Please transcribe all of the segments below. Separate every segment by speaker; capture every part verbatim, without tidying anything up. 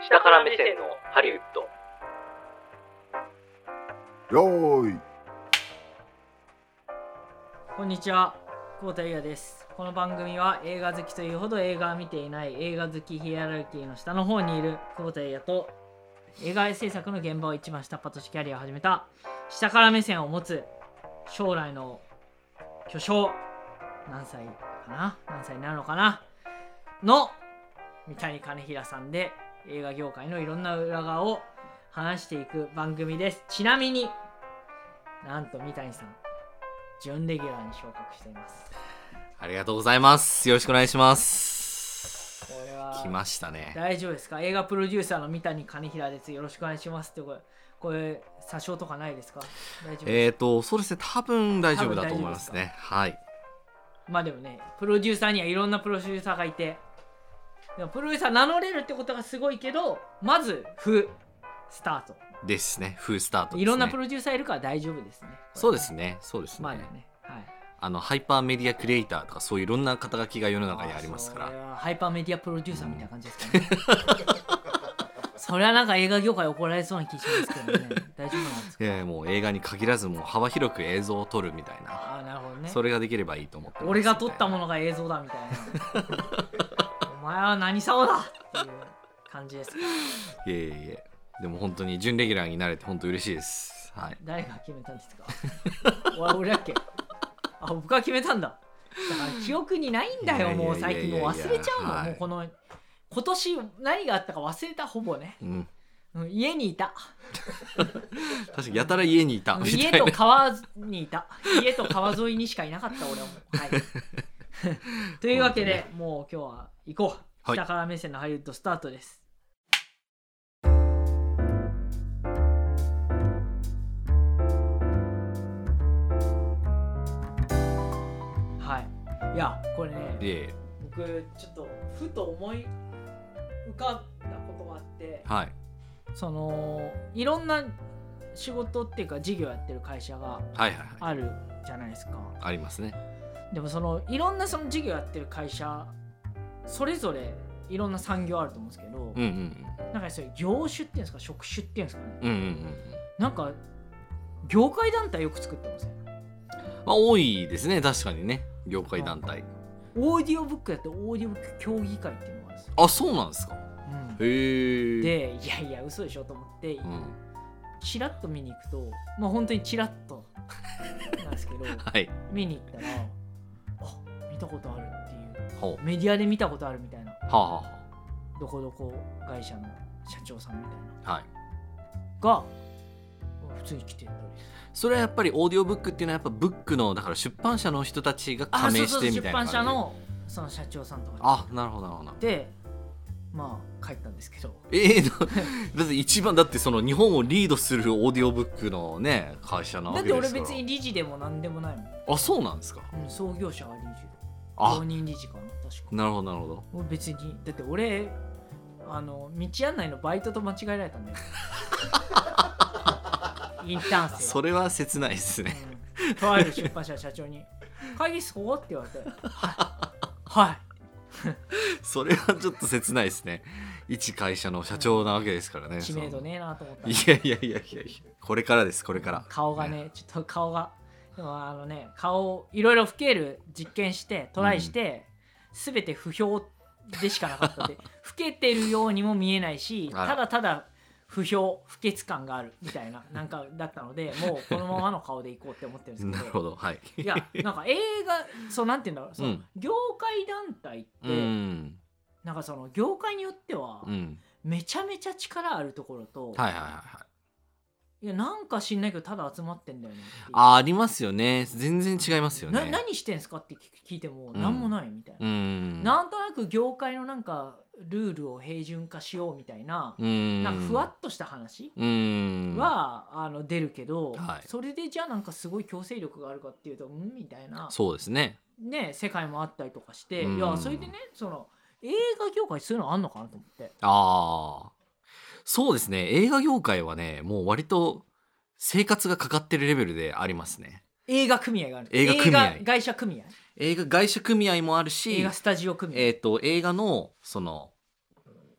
Speaker 1: 下から目線のハリウッド。
Speaker 2: よーい。
Speaker 3: こんにちは、久保田裕也です。この番組は映画好きというほど映画を見ていない映画好きヒエラルキーの下の方にいる久保田裕也と、映画制作の現場を一番下っ端としてキャリアを始めた下から目線を持つ将来の巨匠、何歳かな何歳になるのかなの三谷兼平さんで、映画業界のいろんな裏側を話していく番組です。ちなみになんと三谷さん準レギュラーに昇格しています。
Speaker 4: ありがとうございます。よろしくお願いします。
Speaker 3: これは
Speaker 4: 来ましたね。
Speaker 3: 大丈夫ですか？映画プロデューサーの三谷兼平です。よろしくお願いしますってこれ、これ詐称とかないですか？大丈夫ですか？
Speaker 4: えーとそうですね、多分大丈夫だと思いますね。はい。
Speaker 3: まあでもね、プロデューサーにはいろんなプロデューサーがいて、でもプロデューサー名乗れるってことがすごいけど、まずフスタート
Speaker 4: ですね。フースタートですね。
Speaker 3: いろんなプロデューサーいるから大丈夫ですね。
Speaker 4: そうですね。そうですね。
Speaker 3: まあね、はい。
Speaker 4: あのハイパーメディアクリエイターとかそういういろんな肩書きが世の中にありますから。
Speaker 3: それはハイパーメディアプロデューサーみたいな感じですかね。うん、それはなんか映画業界怒られそうな気しますけどね。大丈夫なんですか？
Speaker 4: いやもう映画に限らずもう幅広く映像を撮るみたいな。
Speaker 3: ああ、なるほどね。
Speaker 4: それができればいいと思ってます。
Speaker 3: 俺が撮ったものが映像だみたいな。お前は何様だっていう感じですか。
Speaker 4: いえいえいえ。でも本当に準レギュラーになれて本当嬉しいです。はい。
Speaker 3: 誰が決めたんですか？俺俺だっけ？あ、僕が決めたんだ。だから記憶にないんだよ。もう最近もう忘れちゃうの、はい、もうこの今年何があったか忘れた。ほぼね、うんうん、家にいた。
Speaker 4: 確かにやたら家にいたみたいな。
Speaker 3: 家と川にいた。家と川沿いにしかいなかった俺はもう、はい。というわけで、ね、もう今日は行こう。下から目線のハリウッドスタートです。いやこれね、
Speaker 4: ええ、
Speaker 3: 僕ちょっとふと思い浮かんだことがあって、
Speaker 4: はい、
Speaker 3: そのいろんな仕事っていうか事業やってる会社があるじゃないですか。はいはいはい、
Speaker 4: ありますね。
Speaker 3: でもそのいろんなその事業やってる会社それぞれいろんな産業あると思うんですけど、うんうんうん、なんかそういう業種っていうんですか、職種っていうんですかね、うんうんうん、なんか業界団体よく作ってません？
Speaker 4: まあ、多いですね。確かにね、業界団体。
Speaker 3: オーディオブックやってオーディオブック協議会っていうのがあるんですよ。
Speaker 4: あ、そうなんですか。うん、へえ。
Speaker 3: で、いやいや嘘でしょと思って、うん、チラッと見に行くと、まあ本当にチラッとなんですけど、はい、見に行ったら、あ、見たことあるっていう、メディアで見たことあるみたいな、はあはあ、どこどこ会社の社長さんみたいな、はい、が普通に来てたり。
Speaker 4: それはやっぱりオーディオブックっていうのはやっぱブックのだから出版社の人たちが加盟してみたいな感じで。
Speaker 3: 出版社のその社長さんとか。
Speaker 4: あ、なるほどなるほど。
Speaker 3: で、まあ帰ったんですけど。
Speaker 4: ええー、だって一番だってその日本をリードするオーディオブックのね会社なわけですから。
Speaker 3: だって俺別に理事でもなんでもないもん。
Speaker 4: あ、そうなんですか。
Speaker 3: うん、創業者は理事で。常任理事かな確か。
Speaker 4: なるほどなるほど。
Speaker 3: 俺別にだって俺あの道案内のバイトと間違えられたんだよ。インターン生。
Speaker 4: それは切ないですね、
Speaker 3: うん、とある出版社社長に会議室ここって言われてはいはい
Speaker 4: それはちょっと切ないですね。一会社の社長なわけですからね、うん、
Speaker 3: 知名度ねえなと思った。
Speaker 4: いやいやいやいやいや、これからですこれから。
Speaker 3: 顔がね、ね、ちょっと顔がでもあのね、顔をいろいろ老ける実験してトライして、うん、全て不評でしかなかったんで老けてるようにも見えないし、ただただ不評不潔感があるみたいななんかだったので、もうこのままの顔でいこうって思ってるんですけど。
Speaker 4: なるほど、はい。
Speaker 3: いやなんか映画そうなんていうんだろう、その、うん、業界団体って、うん、なんかその業界によっては、うん、めちゃめちゃ力あるところと、はいはいはいはい、いやなんか知んないけどただ集まってんだよね。
Speaker 4: あ、ありますよね。全然違いますよね。
Speaker 3: な何してんすかって聞いても何もないみたいな、うん、なんとなく業界のなんかルールを平準化しようみたいな、うん、なんかふわっとした話はあの出るけど、はい、それでじゃあなんかすごい強制力があるかっていうとうんみたいな、
Speaker 4: そうですね、
Speaker 3: ね、世界もあったりとかして、いやそれでね、その映画業界そういうのあんのかなと思って。
Speaker 4: ああ、そうですね。映画業界はね、もう割と生活がかかってるレベルでありますね。
Speaker 3: 映画組合がある。
Speaker 4: 映画組合、
Speaker 3: 映画会社組合、
Speaker 4: 映画会社組合もあるし、
Speaker 3: 映画スタジオ組合、
Speaker 4: えーと、映画のその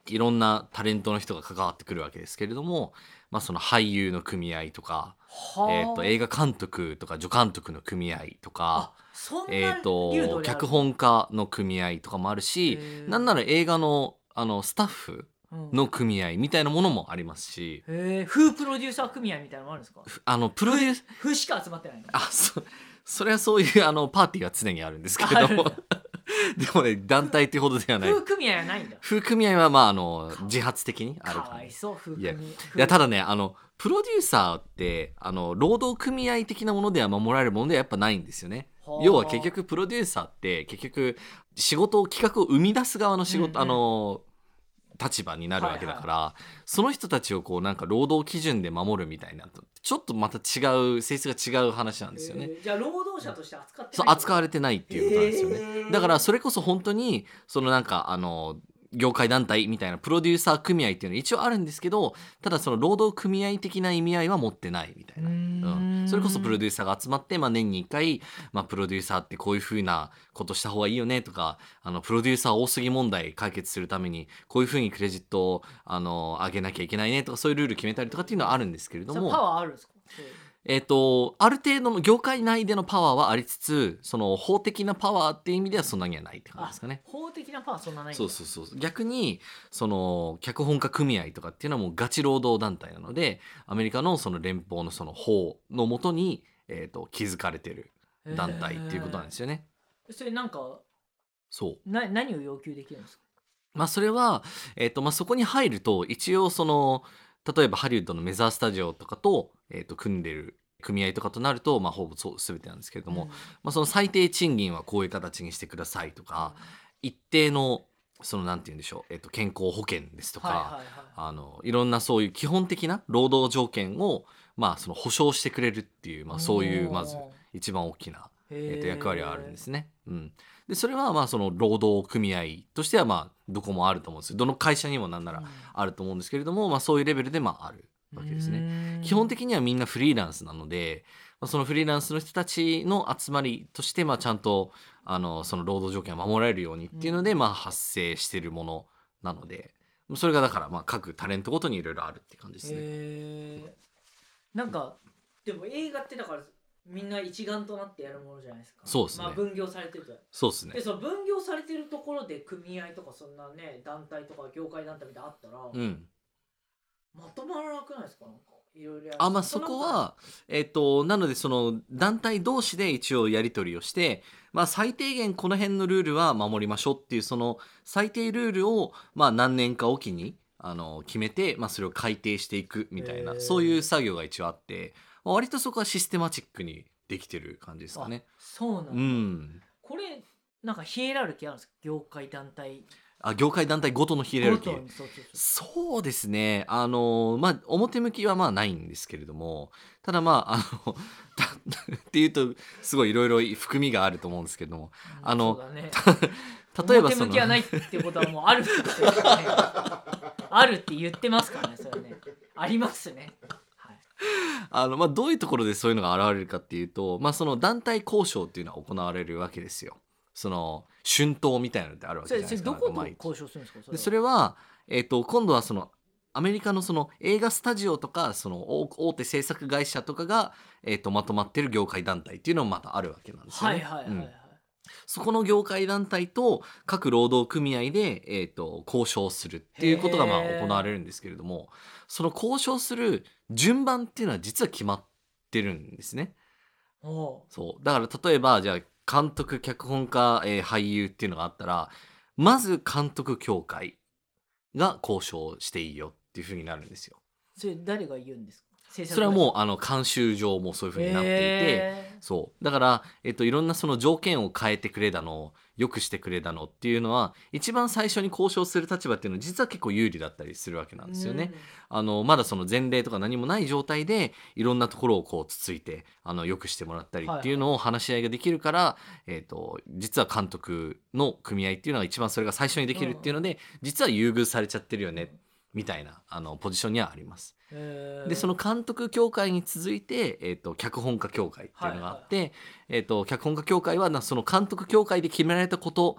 Speaker 4: いろんなタレントの人が関わってくるわけですけれども、まあ、その俳優の組合とか、
Speaker 3: はあ、
Speaker 4: えー、と映画監督とか助監督の組合とか、
Speaker 3: あそんな
Speaker 4: えー、と
Speaker 3: 流度である
Speaker 4: 脚本家の組合とかもあるし、
Speaker 3: へー
Speaker 4: なんなら映画の、あのスタッフ
Speaker 3: うん
Speaker 4: の組合みたいなものもありますし、
Speaker 3: へえ風プロデューサー組合みたいなのもあるんですか？
Speaker 4: あのプロデュース
Speaker 3: 風しか集まってないの？
Speaker 4: あそそれはそういうあのパーティーが常にあるんですけれども
Speaker 3: あるんだ
Speaker 4: でもね団体っていうほどではない。
Speaker 3: 風組合はないんだ。
Speaker 4: 風組合はまああの自発的にある
Speaker 3: かわいそう風組
Speaker 4: いや
Speaker 3: 風
Speaker 4: いやただねあのプロデューサーってあの労働組合的なものでは守られるものではやっぱないんですよね。
Speaker 3: はあ
Speaker 4: 要は結局プロデューサーって結局仕事を企画を生み出す側の仕事、
Speaker 3: うんうん
Speaker 4: あの立場になるわけだから、はいはい、その人たちをこうなんか労働基準で守るみたいなとちょっとまた違う性質が違う話なんですよね。
Speaker 3: じゃあ労働者として扱ってない
Speaker 4: そう扱われてないっていうことなんですよね。だからそれこそ本当にそのなんかあの業界団体みたいなプロデューサー組合っていうのは一応あるんですけど、ただその労働組合的な意味合いは持ってないみたいな、
Speaker 3: うーん
Speaker 4: うん、それこそプロデューサーが集まって、まあ、年にいっかい、まあ、プロデューサーってこういう風なことした方がいいよねとか、あのプロデューサー多すぎ問題解決するためにこういう風にクレジットをあの上げなきゃいけないねとか、そういうルール決めたりとかっていうのはあるんですけれども、
Speaker 3: それパワーあるんですか？
Speaker 4: えー、とある程度の業界内でのパワーはありつつ、その法的なパワーっていう意味ではそんなにはないって感じですかね。
Speaker 3: 法的なパワーそんなないんだ。
Speaker 4: そうそうそう逆にその脚本家組合とかっていうのはもうガチ労働団体なので、アメリカのその連邦のその法のもとに、えー、と築かれてる団体っていうことなんですよね。
Speaker 3: えーそれなんか
Speaker 4: そう
Speaker 3: な何を要求できるんですか？
Speaker 4: まあそれは、えーとまあ、そこに入ると一応その例えばハリウッドのメザースタジオとかと,、えー、と組んでる組合とかとなると、まあ、ほぼそう全てなんですけれども、
Speaker 3: うん
Speaker 4: まあ、その最低賃金はこういう形にしてくださいとか、一定のそのなんて言うんでしょう、えっと、健康保険ですとか、
Speaker 3: はいはいはい
Speaker 4: あのいろんなそういう基本的な労働条件を、まあ、その保障してくれるっていう、まあ、そういうまず一番大きな、えっと、役割はあるんですね。うんでそれはまあその労働組合としてはまあどこもあると思うんですよ。どの会社にもなんならあると思うんですけれども、まあ、そういうレベルでまああるわけですね。基本的にはみんなフリーランスなので、まあそのフリーランスの人たちの集まりとしてまあちゃんとあのその労働条件を守られるようにっていうのでまあ発生しているものなので、それがだからまあ各タレントごとにいろいろあるっていう感じですね。
Speaker 3: へーなんかでも映画ってだからみんな一丸となってやるものじゃないですか。
Speaker 4: そうですね
Speaker 3: まあ分業されてると。
Speaker 4: そうですね
Speaker 3: でその分業されてるところで組合とかそんなね団体とか業界団体みたいなのあったら、
Speaker 4: うん
Speaker 3: まとまらなくないですか？なんかいろいろやる
Speaker 4: あまあそこはえっとなのでその団体同士で一応やり取りをして、まあ、最低限この辺のルールは守りましょうっていうその最低ルールをまあ何年かおきにあの決めて、まあ、それを改定していくみたいな
Speaker 3: へー
Speaker 4: そういう作業が一応あって、まあ割とそこはシステマチックにできてる感じですかね。
Speaker 3: あそうなんだ、
Speaker 4: うん
Speaker 3: これなんかヒエラルキーあるんですか？業界団体
Speaker 4: あ業界団体ごとのヒエラルキー
Speaker 3: ごとにそうそうそう
Speaker 4: そうですねあのまあ表向きはまあないんですけれども、ただまああのっていうとすごいいろいろ含みがあると思うんですけども、あの
Speaker 3: そうだね
Speaker 4: 例えばその
Speaker 3: 表向きはないってことはもうあるってことですよねあるって言ってますからねそれねありますね、はい、
Speaker 4: あのまあどういうところでそういうのが現れるかっていうと、まあその団体交渉っていうのは行われるわけですよ。その春闘みたいなのってあるわけじゃないですか。
Speaker 3: それどこと
Speaker 4: なんか
Speaker 3: 交渉するんですか？それは
Speaker 4: でそれは、えー、と今度はそのアメリカのその映画スタジオとかその大大手制作会社とかが、えー、とまとまってる業界団体っていうのもまたあるわけなんですよね。
Speaker 3: はいはいはいはい、
Speaker 4: うんそこの業界団体と各労働組合で、えー、と交渉するっていうことがまあ
Speaker 3: へー
Speaker 4: 行われるんですけれども、その交渉する順番っていうのは実は決まってるんですね。
Speaker 3: おう
Speaker 4: そうだから例えばじゃあ監督脚本家、えー俳優っていうのがあったら、まず監督協会が交渉していいよっていう風になるんですよ。
Speaker 3: それ誰が言うんですか？制作
Speaker 4: それはもうあの慣習上もそういう風になっていて、
Speaker 3: へー
Speaker 4: そうだから、えっと、いろんなその条件を変えてくれだの良くしてくれだのっていうのは一番最初に交渉する立場っていうのは実は結構有利だったりするわけなんですよね。あのまだその前例とか何もない状態でいろんなところをこうつついてあの良くしてもらったりっていうのを話し合いができるから、えー、と実は監督の組合っていうのが一番それが最初にできるっていうので、実は優遇されちゃってるよねみたいなあのポジションにはあります。
Speaker 3: へー
Speaker 4: でその監督協会に続いて、えー、と脚本家協会っていうのがあって、えー、と脚本家協会はなその監督協会で決められたこと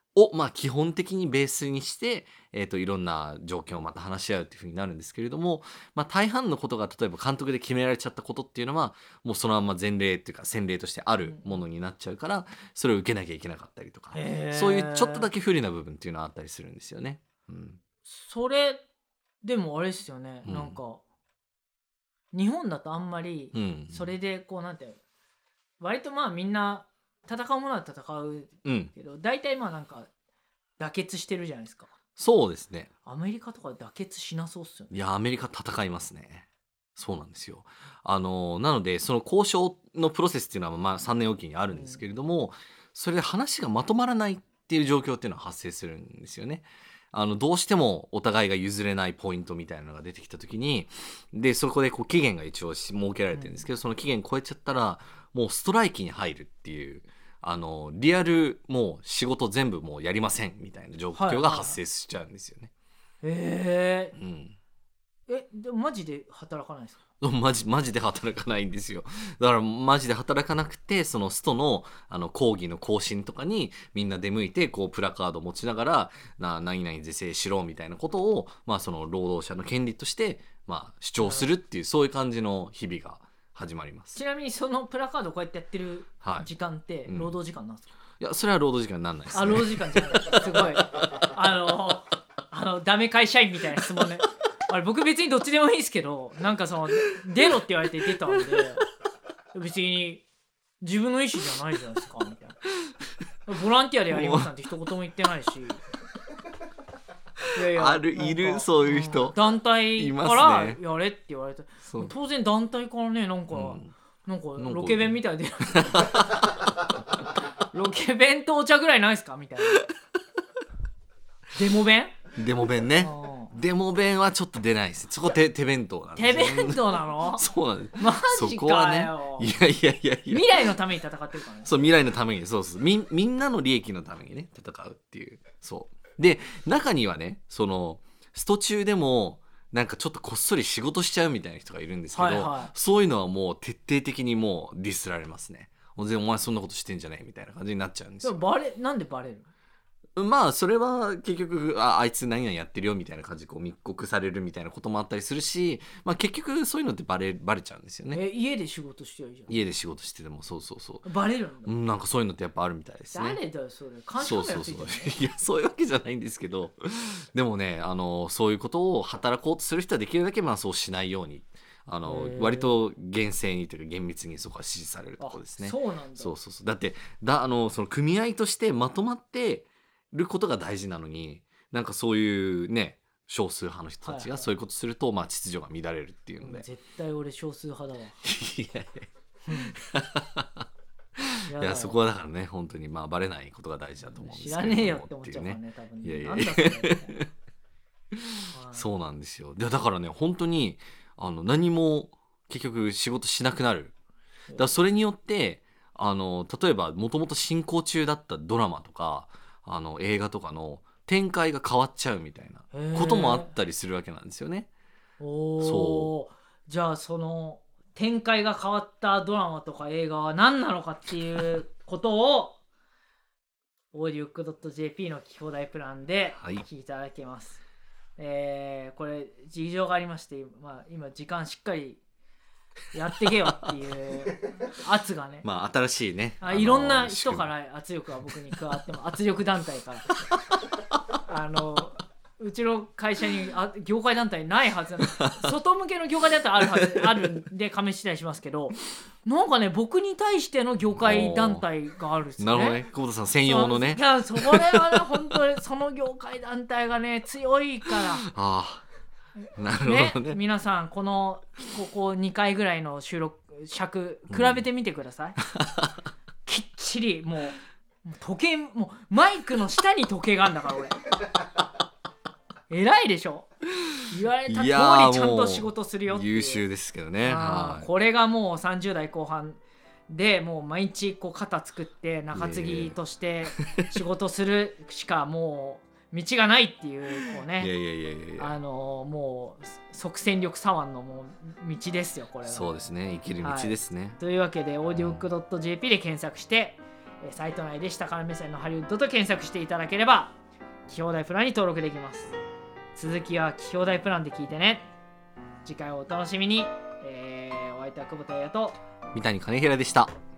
Speaker 4: を、まあ、基本的にベースにして、えー、といろんな条件をまた話し合うっていうふうになるんですけれども、まあ、大半のことが例えば監督で決められちゃったことっていうのはもうそのまま前例っていうか先例としてあるものになっちゃうから、それを受けなきゃいけなかったりとか、そういうちょっとだけ不利な部分っていうのはあったりするんですよね。うん、
Speaker 3: それでもあれですよね、
Speaker 4: うん、
Speaker 3: なんか日本だとあんまり
Speaker 4: うん
Speaker 3: それでこうなんて割とまあみんな戦うものは戦う
Speaker 4: うん
Speaker 3: けど、大体まあなんか妥結してるじゃないですか。
Speaker 4: そうですね。
Speaker 3: アメリカとか妥結しなそうっすよね。
Speaker 4: いやアメリカ戦いますね。そうなんですよ。あのなのでその交渉のプロセスっていうのはまあさんねんおきにあるんですけれども、うん、それで話がまとまらないっていう状況っていうのは発生するんですよね。あのどうしてもお互いが譲れないポイントみたいなのが出てきた時に、でそこでこう期限が一応設けられてるんですけど、うん、その期限超えちゃったらもうストライキに入るっていう、あのリアルもう仕事全部もうやりませんみたいな状況が発生しちゃうんですよね。
Speaker 3: はいはいはい、へ
Speaker 4: ー、うん
Speaker 3: えでもマジで働かないですか？
Speaker 4: マジマジで働かないんですよ。だからマジで働かなくて、そのストのあの講義の更新とかにみんな出向いてこうプラカード持ちながらな何々是正しろみたいなことを、まあ、その労働者の権利として、まあ、主張するっていう、そういう感じの日々が始まります。
Speaker 3: ちなみにそのプラカードこうやってやってる時間って労働時間なんですか？
Speaker 4: はい、うん、いやそれは労働時間にならないですね。
Speaker 3: あ労働時間じゃないすごいあのあのダメ会社員みたいな質問ねあれ僕別にどっちでもいいですけど、なんかその出ろって言われて出たんで別に自分の意思じゃないじゃないですかみたいな。ボランティアでやりますなんて一言も言ってないし。いやいや
Speaker 4: あるいるそういう人、
Speaker 3: うん、団体からやれって言われて、ね、当然団体からねなんか、うん、なんかロケ弁みたいでロケ弁とお茶ぐらいないですかみたいな。デモ弁
Speaker 4: デモ弁ね。デモ弁はちょっと出ないです。そこ手手弁当なんです。
Speaker 3: 手弁当なの？
Speaker 4: そうなんです。
Speaker 3: マジかよ。そこはね、
Speaker 4: いやいやいやいや。
Speaker 3: 未来のために戦ってるからね。
Speaker 4: そう未来のためにそうそうみみんなの利益のためにね戦うっていう。そうで中にはねそのスト中でもなんかちょっとこっそり仕事しちゃうみたいな人がいるんですけど、はいはい、そういうのはもう徹底的にもうディスられますね。お前そんなことしてんじゃないみたいな感じになっちゃうんですよ。
Speaker 3: バレなんでバレる？
Speaker 4: まあそれは結局 あ, あいつ何々やってるよみたいな感じでこう密告されるみたいなこともあったりするし、まあ、結局そういうのってバレバレちゃうんですよね。
Speaker 3: え家で仕事してるじゃん。
Speaker 4: 家で仕事しててもそうそうそう
Speaker 3: バレるんだ、
Speaker 4: うん、なんかそういうのってやっぱあるみたいですね。
Speaker 3: 誰だよそれ監視カメラついてるの？
Speaker 4: そうそうそういやそういうわけじゃないんですけどでもねあのそういうことを働こうとする人はできるだけまあそうしないようにあの割と厳正にというか厳密にそこは指示されるところですね。
Speaker 3: そうなんだ。
Speaker 4: そうそうそうだってだあのその組合としてまとまってることが大事なのになんかそういうね少数派の人たちがそういうことすると、はいはい、まあ秩序が乱れるっていうので、
Speaker 3: 絶対俺少数派だわ
Speaker 4: いやいやいやそこはだからね本当にまあバレないことが大事だと思うんですけど、
Speaker 3: 知らねえよって思っちゃうからね多分ね。いやいやいや
Speaker 4: そうなんですよ。だからね本当にあの何も結局仕事しなくなる。だからそれによってあの例えばもともと進行中だったドラマとかあの映画とかの展開が変わっちゃうみたいなこともあったりするわけなんですよね。
Speaker 3: おそうじゃあその展開が変わったドラマとか映画は何なのかっていうことをオーディオック .jp の聞き放題プランで聞いていただけます、はいえー、これ事情がありまして、まあ、今時間しっかりやってけよっていう圧がね
Speaker 4: まあ新しいね
Speaker 3: あいろんな人から圧力が僕に加わっても圧力団体からあのうちの会社にあ業界団体ないはずなんです外向けの業界団体あるはずあるんで加盟したりしますけどなんかね僕に対しての業界団体があるんですよね。
Speaker 4: なるほどね久保田さん専用のね
Speaker 3: いやそれはね本当にその業界団体がね強いから
Speaker 4: ああなるほど ね,
Speaker 3: ね皆さんこのここにかいぐらいの収録尺比べてみてください、うん、きっちりもう時計もうマイクの下に時計があるんだから俺偉いでしょ言われた通りちゃんと仕事するよっていう
Speaker 4: 優秀ですけどね、はい、
Speaker 3: これがもうさんじゅう代後半でもう毎日こう肩作って中継ぎとして仕事するしかもう道がないっていうこうね
Speaker 4: いやいやいやいや
Speaker 3: あのもう即戦力左腕のもう道ですよこれは。
Speaker 4: そうですね生きる道ですね、
Speaker 3: はい、というわけで オーディオック .jp で検索して、 えーサイト内で下から目線のハリウッドと検索していただければ聞き放題プランに登録できます。続きは聞き放題プランで聞いてね。次回をお楽しみに。えー、お相手は久保田彩と
Speaker 4: 三谷金平でした。